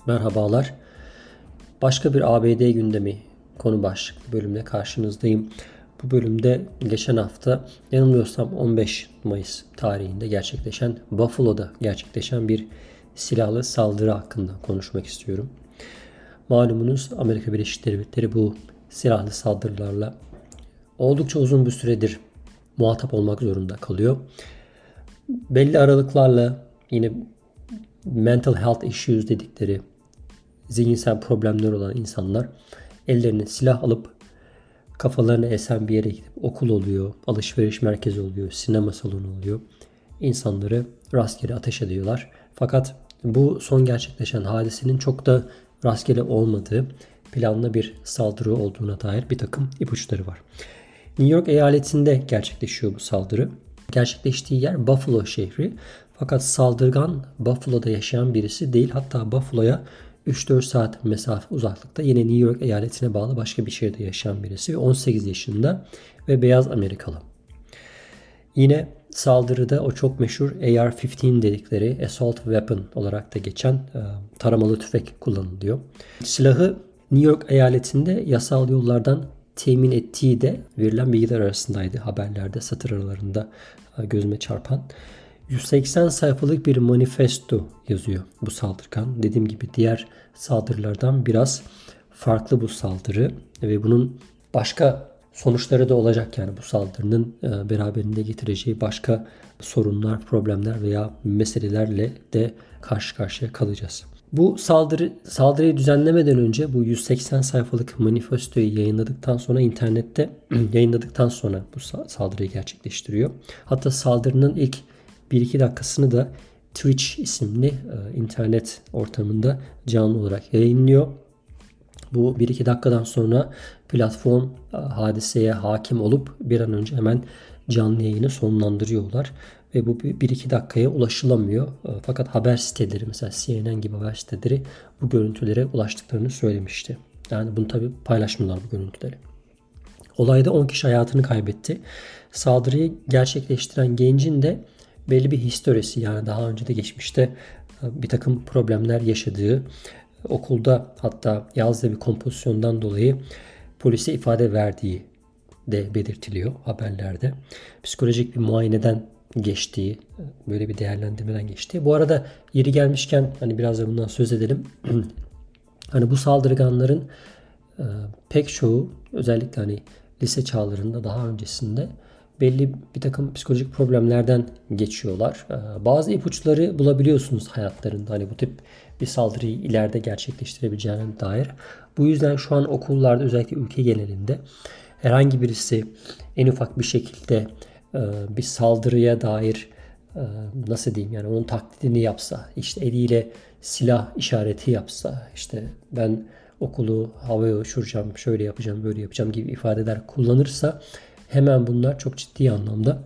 Merhabalar. Başka bir ABD gündemi konu başlıklı bölümle karşınızdayım. Bu bölümde geçen hafta yanılmıyorsam 15 Mayıs tarihinde Buffalo'da gerçekleşen bir silahlı saldırı hakkında konuşmak istiyorum. Malumunuz Amerika Birleşik Devletleri bu silahlı saldırılarla oldukça uzun bir süredir muhatap olmak zorunda kalıyor. Belli aralıklarla yine mental health issues dedikleri zihinsel problemler olan insanlar ellerine silah alıp kafalarına esen bir yere gidip okul oluyor, alışveriş merkezi oluyor, sinema salonu oluyor. İnsanları rastgele ateş ediyorlar. Fakat bu son gerçekleşen hadisenin çok da rastgele olmadığı, planlı bir saldırı olduğuna dair bir takım ipuçları var. New York eyaletinde gerçekleşiyor bu saldırı. Gerçekleştiği yer Buffalo şehri. Fakat saldırgan Buffalo'da yaşayan birisi değil. Hatta Buffalo'ya 3-4 saat mesafe uzaklıkta yine New York eyaletine bağlı başka bir şehirde yaşayan birisi. 18 yaşında ve beyaz Amerikalı. Yine saldırıda o çok meşhur AR-15 dedikleri assault weapon olarak da geçen taramalı tüfek kullanılıyor. Silahı New York eyaletinde yasal yollardan temin ettiği de verilen bilgiler arasındaydı. Haberlerde, satır aralarında gözüme çarpan. 180 sayfalık bir manifesto yazıyor bu saldırgan. Dediğim gibi diğer saldırılardan biraz farklı bu saldırı ve bunun başka sonuçları da olacak, yani bu saldırının beraberinde getireceği başka sorunlar, problemler veya meselelerle de karşı karşıya kalacağız. Bu saldırıyı düzenlemeden önce bu 180 sayfalık manifestoyu yayınladıktan sonra internette yayınladıktan sonra bu saldırıyı gerçekleştiriyor. Hatta saldırının ilk 1-2 dakikasını da Twitch isimli internet ortamında canlı olarak yayınlıyor. Bu 1-2 dakikadan sonra platform hadiseye hakim olup bir an önce hemen canlı yayını sonlandırıyorlar. Ve bu 1-2 dakikaya ulaşılamıyor. Fakat haber siteleri, mesela CNN gibi haber siteleri bu görüntülere ulaştıklarını söylemişti. Yani bunu tabii paylaşmıyorlar, bu görüntüleri. Olayda 10 kişi hayatını kaybetti. Saldırıyı gerçekleştiren gencin de belli bir historisi, yani daha önce de geçmişte bir takım problemler yaşadığı, okulda hatta yazdığı bir kompozisyondan dolayı polise ifade verdiği de belirtiliyor haberlerde. Psikolojik bir muayeneden geçtiği, böyle bir değerlendirmeden geçtiği. Bu arada yeri gelmişken hani biraz da bundan söz edelim. Hani bu saldırganların pek çoğu, özellikle hani lise çağlarında, daha öncesinde belli bir takım psikolojik problemlerden geçiyorlar. Bazı ipuçları bulabiliyorsunuz hayatlarında, hani bu tip bir saldırıyı ileride gerçekleştirebileceğine dair. Bu yüzden şu an okullarda, özellikle ülke genelinde, herhangi birisi en ufak bir şekilde bir saldırıya dair nasıl diyeyim, yani onun taklidini yapsa, işte eliyle silah işareti yapsa, işte ben okulu havaya uçuracağım, şöyle yapacağım, böyle yapacağım gibi ifadeler kullanırsa hemen bunlar çok ciddi anlamda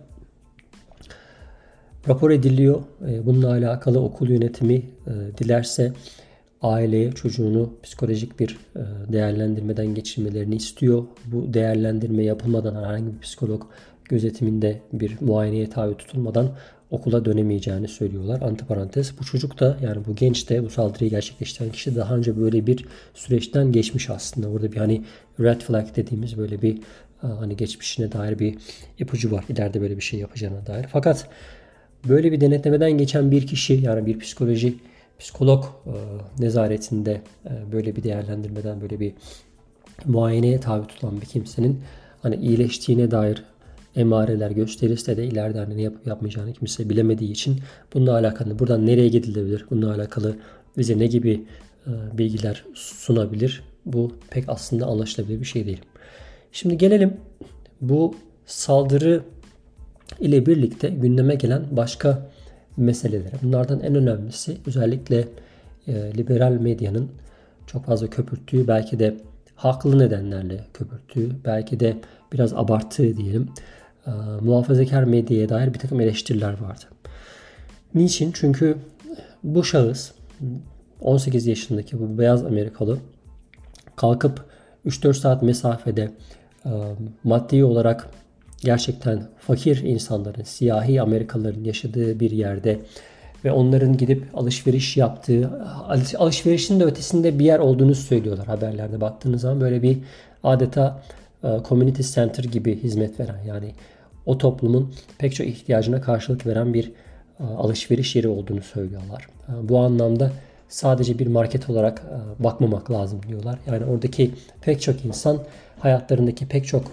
rapor ediliyor. Bununla alakalı okul yönetimi dilerse aileye çocuğunu psikolojik bir değerlendirmeden geçirmelerini istiyor. Bu değerlendirme yapılmadan, herhangi bir psikolog gözetiminde bir muayeneye tabi tutulmadan okula dönemeyeceğini söylüyorlar. Antiparantez, bu çocuk da, yani bu genç de, bu saldırıyı gerçekleştiren kişi daha önce böyle bir süreçten geçmiş aslında. Orada bir hani red flag dediğimiz böyle bir hani geçmişine dair bir ipucu var. İleride böyle bir şey yapacağına dair. Fakat böyle bir denetlemeden geçen bir kişi, yani bir psikolog nezaretinde böyle bir değerlendirmeden, böyle bir muayeneye tabi tutulan bir kimsenin hani iyileştiğine dair emareler gösterirse de ileride hani ne yapıp yapmayacağını kimse bilemediği için bununla alakalı, buradan nereye gidilebilir, bununla alakalı bize ne gibi bilgiler sunabilir, bu pek aslında anlaşılabilir bir şey değil. Şimdi gelelim bu saldırı ile birlikte gündeme gelen başka meselelere. Bunlardan en önemlisi, özellikle liberal medyanın çok fazla köpürttüğü, belki de haklı nedenlerle köpürttüğü, belki de biraz abarttığı diyelim, muhafazakar medyaya dair bir takım eleştiriler vardı. Niçin? Çünkü bu şahıs, 18 yaşındaki bu beyaz Amerikalı, kalkıp 3-4 saat mesafede maddi olarak gerçekten fakir insanların, siyahi Amerikalıların yaşadığı bir yerde ve onların gidip alışveriş yaptığı, alışverişin de ötesinde bir yer olduğunu söylüyorlar haberlerde baktığınız zaman. Böyle bir adeta community center gibi hizmet veren, yani o toplumun pek çok ihtiyacına karşılık veren bir alışveriş yeri olduğunu söylüyorlar. Bu anlamda sadece bir market olarak bakmamak lazım diyorlar. Yani oradaki pek çok insan hayatlarındaki pek çok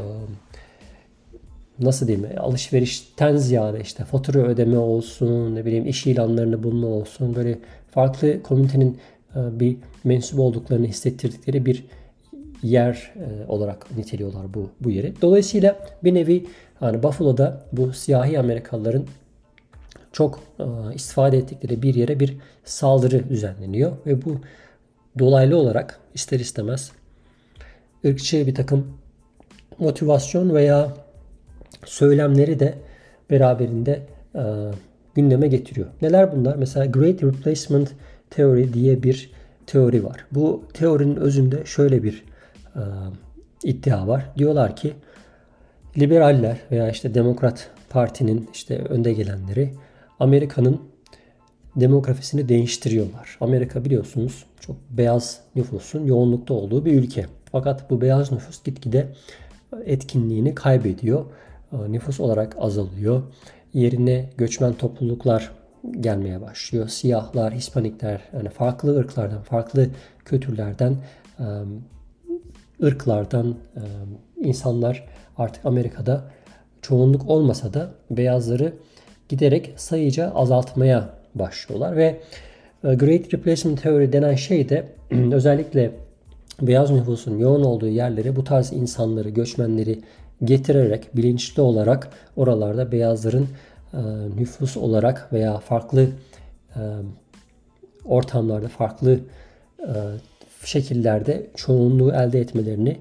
nasıl diyeyim, alışverişten ziyade işte fatura ödeme olsun, ne bileyim iş ilanlarını bulma olsun, böyle farklı komünitenin bir mensup olduklarını hissettirdikleri bir yer olarak niteliyorlar bu yeri. Dolayısıyla bir nevi hani Buffalo'da bu siyahi Amerikalıların çok istifade ettikleri bir yere bir saldırı düzenleniyor ve bu dolaylı olarak ister istemez ırkçı bir takım motivasyon veya söylemleri de beraberinde gündeme getiriyor. Neler bunlar? Mesela Great Replacement Theory diye bir teori var. Bu teorinin özünde şöyle bir iddia var. Diyorlar ki liberaller veya işte Demokrat Parti'nin işte önde gelenleri Amerika'nın demografisini değiştiriyorlar. Amerika biliyorsunuz çok beyaz nüfusun yoğunlukta olduğu bir ülke. Fakat bu beyaz nüfus gitgide etkinliğini kaybediyor. Nüfus olarak azalıyor. Yerine göçmen topluluklar gelmeye başlıyor. Siyahlar, Hispanikler, yani farklı ırklardan, farklı kültürlerden, ırklardan insanlar artık Amerika'da çoğunluk olmasa da beyazları giderek sayıca azaltmaya başlıyorlar ve Great Replacement Theory denen şey de özellikle beyaz nüfusun yoğun olduğu yerlere bu tarz insanları, göçmenleri getirerek bilinçli olarak oralarda beyazların nüfus olarak veya farklı ortamlarda, farklı şekillerde çoğunluğu elde etmelerini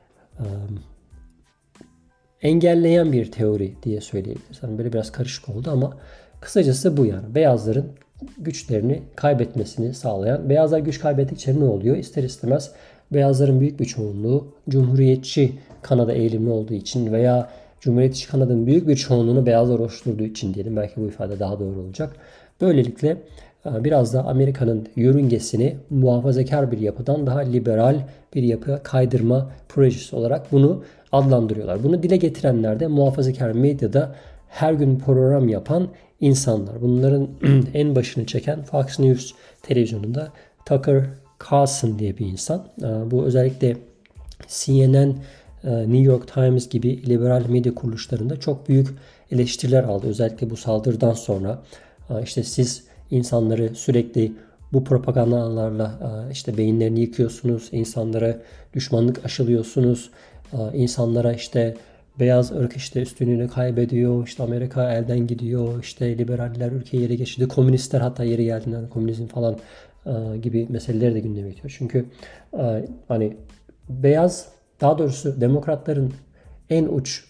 engelleyen bir teori diye söyleyebiliriz. Yani böyle biraz karışık oldu ama kısacası bu yani. Beyazların güçlerini kaybetmesini sağlayan. Beyazlar güç kaybettikçe ne oluyor? İster istemez beyazların büyük bir çoğunluğu Cumhuriyetçi Kanada eğilimli olduğu için veya Cumhuriyetçi Kanada'nın büyük bir çoğunluğunu beyazlar oluşturduğu için diyelim. Belki bu ifade daha doğru olacak. Böylelikle biraz da Amerika'nın yörüngesini muhafazakar bir yapıdan daha liberal bir yapıya kaydırma projesi olarak bunu adlandırıyorlar. Bunu dile getirenler de muhafazakar medyada her gün program yapan insanlar. Bunların en başını çeken Fox News televizyonunda Tucker Carlson diye bir insan. Bu özellikle CNN, New York Times gibi liberal medya kuruluşlarında çok büyük eleştiriler aldı. Özellikle bu saldırıdan sonra işte siz insanları sürekli bu propagandalarla işte beyinlerini yıkıyorsunuz, insanlara düşmanlık aşılıyorsunuz, insanlara işte beyaz ırk işte üstünlüğünü kaybediyor, işte Amerika elden gidiyor, işte liberaller ülkeyi ele geçirdi, komünistler hatta yeri geldiğinde komünizm falan gibi meseleleri de gündeme getiriyor. Çünkü hani beyaz, daha doğrusu demokratların en uç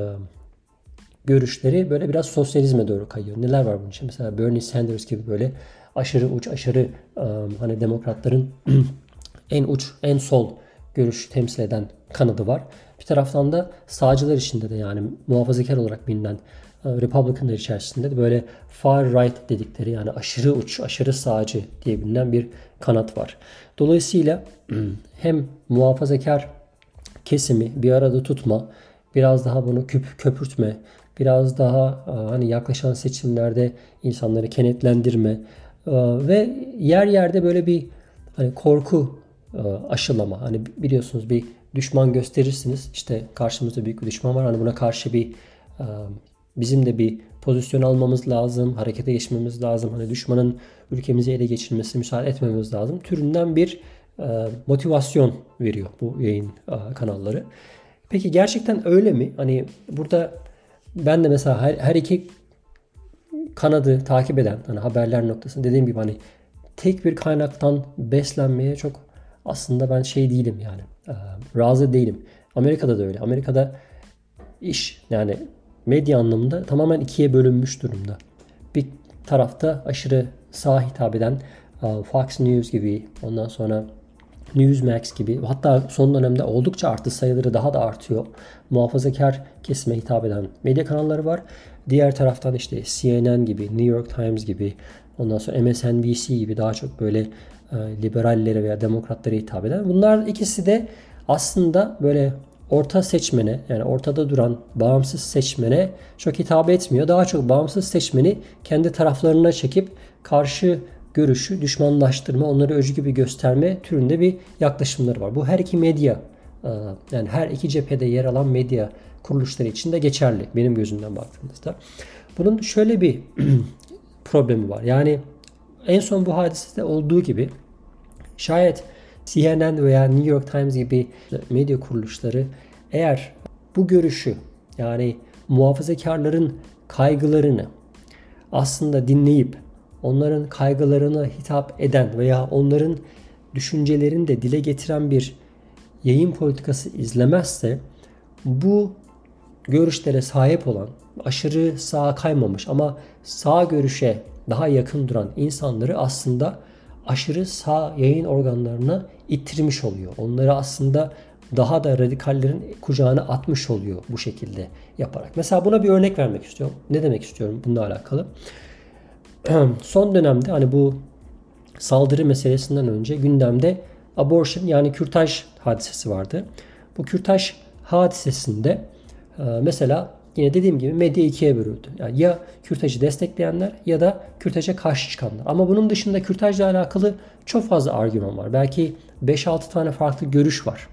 görüşleri böyle biraz sosyalizme doğru kayıyor. Neler var bunun için? Mesela Bernie Sanders gibi böyle aşırı uç, aşırı hani demokratların en uç, en sol görüş temsil eden kanadı var. Bir taraftan da sağcılar içinde de, yani muhafazakar olarak bilinen Republicanlar içerisinde de böyle far right dedikleri, yani aşırı uç, aşırı sağcı diye bilinen bir kanat var. Dolayısıyla hem muhafazakar kesimi bir arada tutma, biraz daha bunu köpürtme, biraz daha hani yaklaşan seçimlerde insanları kenetlendirme ve yer yerde böyle bir hani korku aşılama. Hani biliyorsunuz bir düşman gösterirsiniz. İşte karşımızda büyük bir düşman var. Hani buna karşı bir bizim de bir pozisyon almamız lazım. Harekete geçmemiz lazım. Hani düşmanın ülkemizi ele geçirmesine müsaade etmemiz lazım. Türünden bir motivasyon veriyor bu yayın kanalları. Peki gerçekten öyle mi? Hani burada ben de mesela her iki kanadı takip eden, hani haberler noktasında dediğim gibi hani tek bir kaynaktan beslenmeye çok aslında ben şey değilim yani. Razı değilim. Amerika'da da öyle. Amerika'da iş, yani medya anlamında tamamen ikiye bölünmüş durumda. Bir tarafta aşırı sağa hitap eden Fox News gibi, ondan sonra Newsmax gibi, hatta son dönemde oldukça arttı, sayıları daha da artıyor. Muhafazakar kesime hitap eden medya kanalları var. Diğer taraftan işte CNN gibi, New York Times gibi, ondan sonra MSNBC gibi daha çok böyle liberallere veya demokratlara hitap eden. Bunlar ikisi de aslında böyle orta seçmene, yani ortada duran bağımsız seçmene çok hitap etmiyor. Daha çok bağımsız seçmeni kendi taraflarına çekip karşı görüşü düşmanlaştırma, onları öcü gibi gösterme türünde bir yaklaşımları var. Bu her iki medya, yani her iki cephede yer alan medya kuruluşları için de geçerli benim gözümden baktığımızda. Bunun şöyle bir problemi var. Yani en son bu hadisede olduğu gibi şayet CNN veya New York Times gibi medya kuruluşları eğer bu görüşü, yani muhafazakarların kaygılarını aslında dinleyip onların kaygılarına hitap eden veya onların düşüncelerini de dile getiren bir yayın politikası izlemezse, bu görüşlere sahip olan, aşırı sağa kaymamış ama sağ görüşe daha yakın duran insanları aslında aşırı sağ yayın organlarına ittirmiş oluyor. Onları aslında daha da radikallerin kucağına atmış oluyor bu şekilde yaparak. Mesela buna bir örnek vermek istiyorum. Ne demek istiyorum bununla alakalı? Son dönemde hani bu saldırı meselesinden önce gündemde abortion, yani kürtaj hadisesi vardı. Bu kürtaj hadisesinde mesela yine dediğim gibi medya ikiye bölündü. Yani ya kürtajı destekleyenler ya da kürtaja karşı çıkanlar. Ama bunun dışında kürtajla alakalı çok fazla argüman var. Belki 5-6 tane farklı görüş var.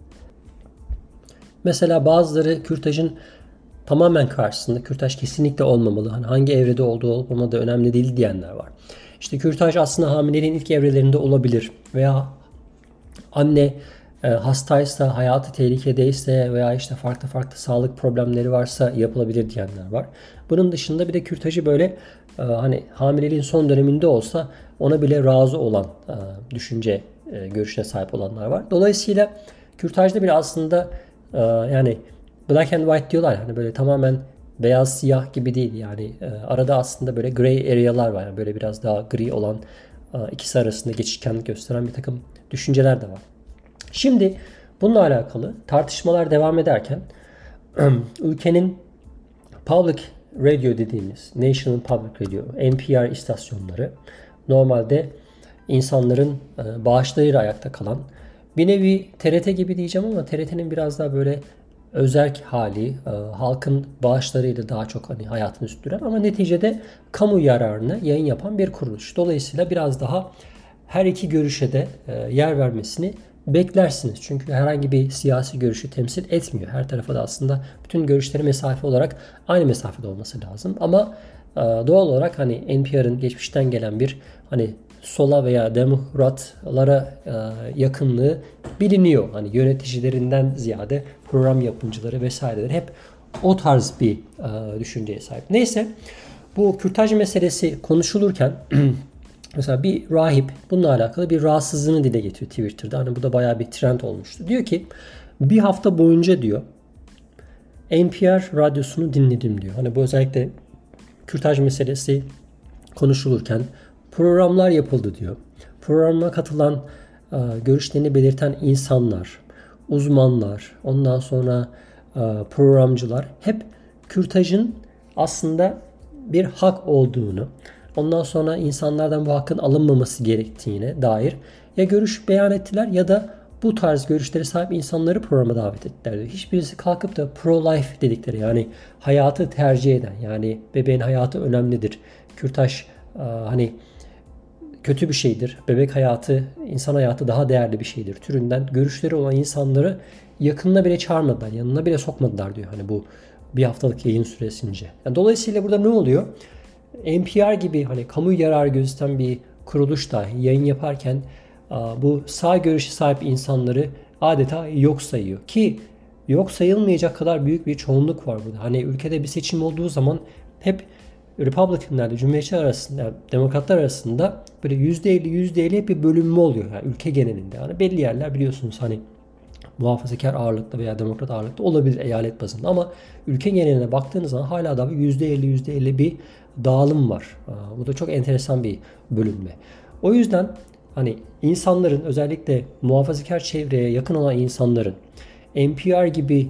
Mesela bazıları kürtajın tamamen karşısında, kürtaj kesinlikle olmamalı, hani hangi evrede olduğu olup olmadığı önemli değil diyenler var. İşte kürtaj aslında hamileliğin ilk evrelerinde olabilir veya anne hastaysa, hayatı tehlikedeyse veya işte farklı farklı sağlık problemleri varsa yapılabilir diyenler var. Bunun dışında bir de kürtajı böyle hani hamileliğin son döneminde olsa ona bile razı olan düşünce görüşüne sahip olanlar var. Dolayısıyla kürtajda bile aslında yani black and white diyorlar, hani böyle tamamen beyaz siyah gibi değil, yani arada aslında böyle gray arealar var, yani böyle biraz daha gri olan, ikisi arasında geçişkenlik gösteren bir takım düşünceler de var. Şimdi bununla alakalı tartışmalar devam ederken ülkenin public radio dediğimiz National Public Radio, NPR istasyonları normalde insanların bağışlarıyla ayakta kalan, bir nevi TRT gibi diyeceğim ama TRT'nin biraz daha böyle özerk hali, halkın bağışlarıyla daha çok hani hayatını sürdüren ama neticede kamu yararına yayın yapan bir kuruluş. Dolayısıyla biraz daha her iki görüşe de yer vermesini beklersiniz. Çünkü herhangi bir siyasi görüşü temsil etmiyor. Her tarafa da aslında bütün görüşleri mesafe olarak aynı mesafede olması lazım. Ama doğal olarak hani NPR'ın geçmişten gelen bir hani sola veya demokratlara yakınlığı biliniyor. Hani yöneticilerinden ziyade program yapımcıları vesaireler hep o tarz bir düşünceye sahip. Neyse, bu kürtaj meselesi konuşulurken mesela bir rahip bununla alakalı bir rahatsızlığını dile getiriyor Twitter'da. Hani bu da bayağı bir trend olmuştu. Diyor ki bir hafta boyunca diyor NPR radyosunu dinledim diyor. Hani bu özellikle kürtaj meselesi konuşulurken programlar yapıldı diyor. Programa katılan, görüşlerini belirten insanlar, uzmanlar, ondan sonra programcılar hep kürtajın aslında bir hak olduğunu, ondan sonra insanlardan bu hakkın alınmaması gerektiğine dair ya görüş beyan ettiler ya da bu tarz görüşlere sahip insanları programa davet ettiler diyor. Hiçbirisi kalkıp da pro-life dedikleri, yani hayatı tercih eden, yani bebeğin hayatı önemlidir, kürtaj hani kötü bir şeydir, bebek hayatı, insan hayatı daha değerli bir şeydir türünden görüşleri olan insanları yakınına bile çağırmadılar, yanına bile sokmadılar diyor hani bu bir haftalık yayın süresince. Yani dolayısıyla burada ne oluyor? NPR gibi hani kamu yararı gözeten bir kuruluş dahi yayın yaparken bu sağ görüşe sahip insanları adeta yok sayıyor. Ki yok sayılmayacak kadar büyük bir çoğunluk var burada. Hani ülkede bir seçim olduğu zaman hep Republicanlarla Cumhuriyetçiler arasında, Demokratlar arasında böyle %50 hep bir bölünme oluyor. Yani ülke genelinde. Yani belli yerler biliyorsunuz hani muhafazakar ağırlıklı veya demokrat ağırlıklı olabilir eyalet bazında ama ülke geneline baktığınız zaman hala da %50 bir dağılım var. Bu da çok enteresan bir bölünme. O yüzden hani insanların, özellikle muhafazakar çevreye yakın olan insanların NPR gibi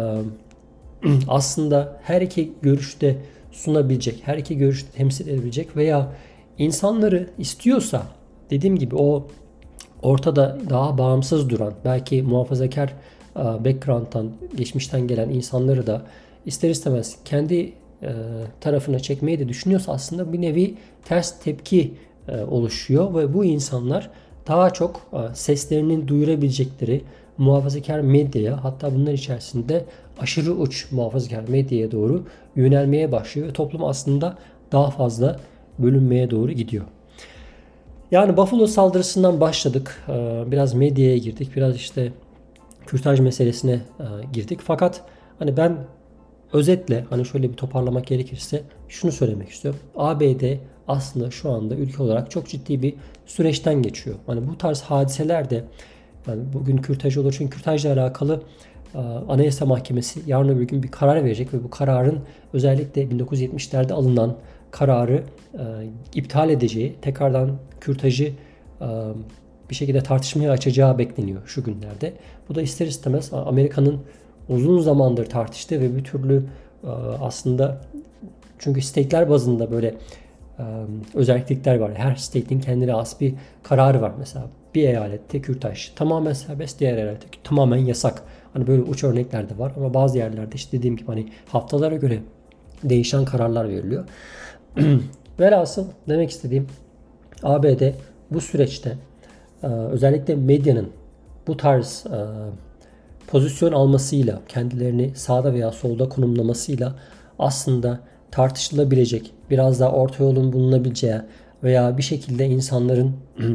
aslında her iki görüşte sunabilecek, her iki görüşte temsil edebilecek veya insanları istiyorsa, dediğim gibi o ortada daha bağımsız duran, belki muhafazakar background'tan, geçmişten gelen insanları da ister istemez kendi tarafına çekmeyi de düşünüyorsa, aslında bir nevi ters tepki oluşuyor ve bu insanlar daha çok seslerinin duyurabilecekleri muhafazakar medyaya, hatta bunlar içerisinde aşırı uç muhafazakar medyaya doğru yönelmeye başlıyor ve toplum aslında daha fazla bölünmeye doğru gidiyor. Yani Buffalo saldırısından başladık. Biraz medyaya girdik. Biraz işte kürtaj meselesine girdik. Fakat hani ben özetle, hani şöyle bir toparlamak gerekirse şunu söylemek istiyorum. ABD aslında şu anda ülke olarak çok ciddi bir süreçten geçiyor. Hani bu tarz hadiseler de, yani bugün kürtaj olur, çünkü kürtajla alakalı Anayasa Mahkemesi yarın öbür gün bir karar verecek ve bu kararın özellikle 1970'lerde alınan kararı iptal edeceği, tekrardan kürtajı bir şekilde tartışmaya açacağı bekleniyor şu günlerde. Bu da ister istemez Amerika'nın uzun zamandır tartıştığı ve bir türlü aslında, çünkü state'ler bazında böyle özellikler var. Her state'in kendine has bir kararı var. Mesela bir eyalette kürtaj tamamen serbest, diğer eyalette tamamen yasak. Hani böyle uç örnekler de var ama bazı yerlerde işte dediğim gibi hani haftalara göre değişen kararlar veriliyor. Velhasıl demek istediğim, ABD bu süreçte özellikle medyanın bu tarz pozisyon almasıyla, kendilerini sağda veya solda konumlamasıyla aslında tartışılabilecek, biraz daha orta yolun bulunabileceği veya bir şekilde insanların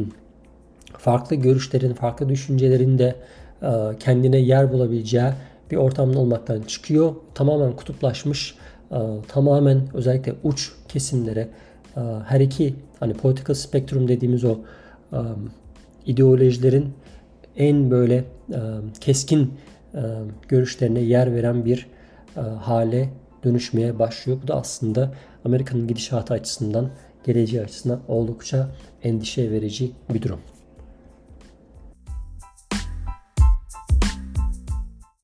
farklı görüşlerin, farklı düşüncelerin de kendine yer bulabileceği bir ortamda olmaktan çıkıyor. Tamamen kutuplaşmış, tamamen özellikle uç kesimlere, her iki hani political spektrum dediğimiz o ideolojilerin en böyle keskin görüşlerine yer veren bir hale dönüşmeye başlıyor. Bu da aslında Amerika'nın gidişatı açısından, geleceği açısından oldukça endişe verici bir durum.